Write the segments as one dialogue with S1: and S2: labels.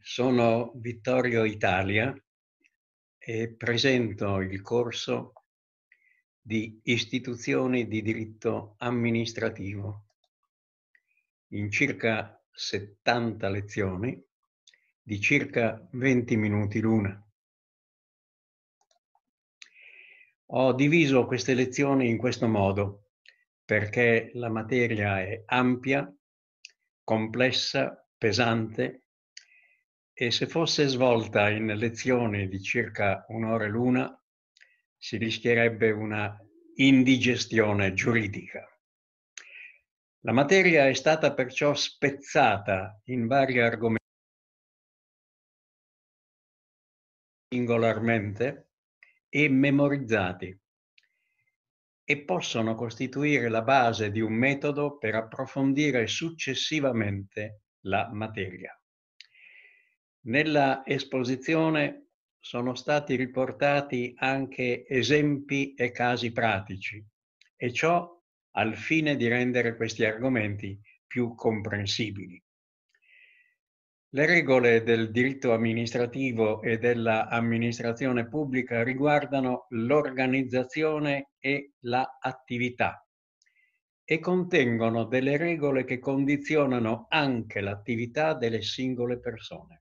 S1: Sono Vittorio Italia e presento il corso di Istituzioni di diritto amministrativo in circa 70 lezioni di circa 20 minuti l'una. Ho diviso queste lezioni in questo modo perché la materia è ampia, complessa, pesante e se fosse svolta in lezioni di circa un'ora l'una si rischierebbe una indigestione giuridica. La materia è stata perciò spezzata in vari argomenti singolarmente e memorizzati e possono costituire la base di un metodo per approfondire successivamente la materia. Nella esposizione sono stati riportati anche esempi e casi pratici, e ciò al fine di rendere questi argomenti più comprensibili. Le regole del diritto amministrativo e della amministrazione pubblica riguardano l'organizzazione e la attività e contengono delle regole che condizionano anche l'attività delle singole persone.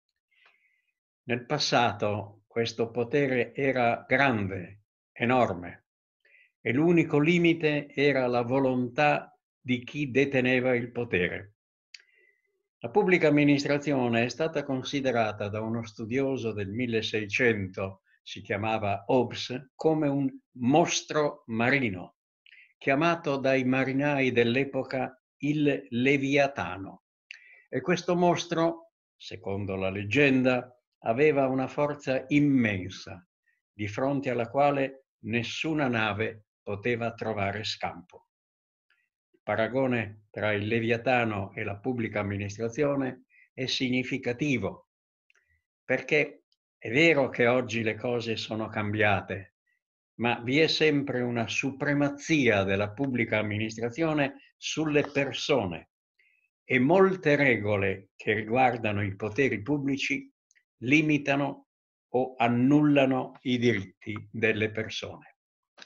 S1: Nel passato questo potere era grande, enorme, e l'unico limite era la volontà di chi deteneva il potere. La pubblica amministrazione è stata considerata da uno studioso del 1600, si chiamava Hobbes, come un mostro marino, chiamato dai marinai dell'epoca il Leviatano. E questo mostro, secondo la leggenda, aveva una forza immensa, di fronte alla quale nessuna nave poteva trovare scampo. Il paragone tra il Leviatano e la pubblica amministrazione è significativo, perché è vero che oggi le cose sono cambiate, ma vi è sempre una supremazia della pubblica amministrazione sulle persone e molte regole che riguardano i poteri pubblici limitano o annullano i diritti delle persone.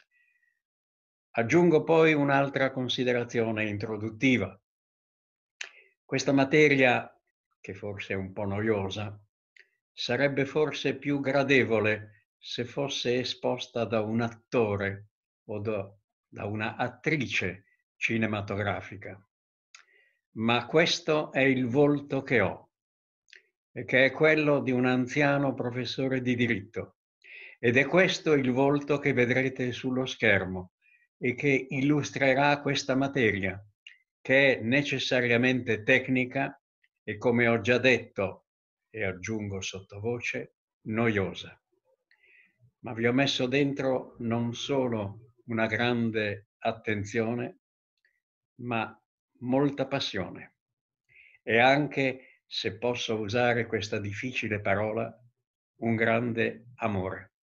S1: Aggiungo poi un'altra considerazione introduttiva. Questa materia, che forse è un po' noiosa, sarebbe forse più gradevole se fosse esposta da un attore o da una attrice cinematografica. Ma questo è il volto che ho, e che è quello di un anziano professore di diritto. Ed è questo il volto che vedrete sullo schermo e che illustrerà questa materia, che è necessariamente tecnica e, come ho già detto, e aggiungo sottovoce, noiosa. Ma vi ho messo dentro non solo una grande attenzione, ma molta passione e anche, se posso usare questa difficile parola, un grande amore.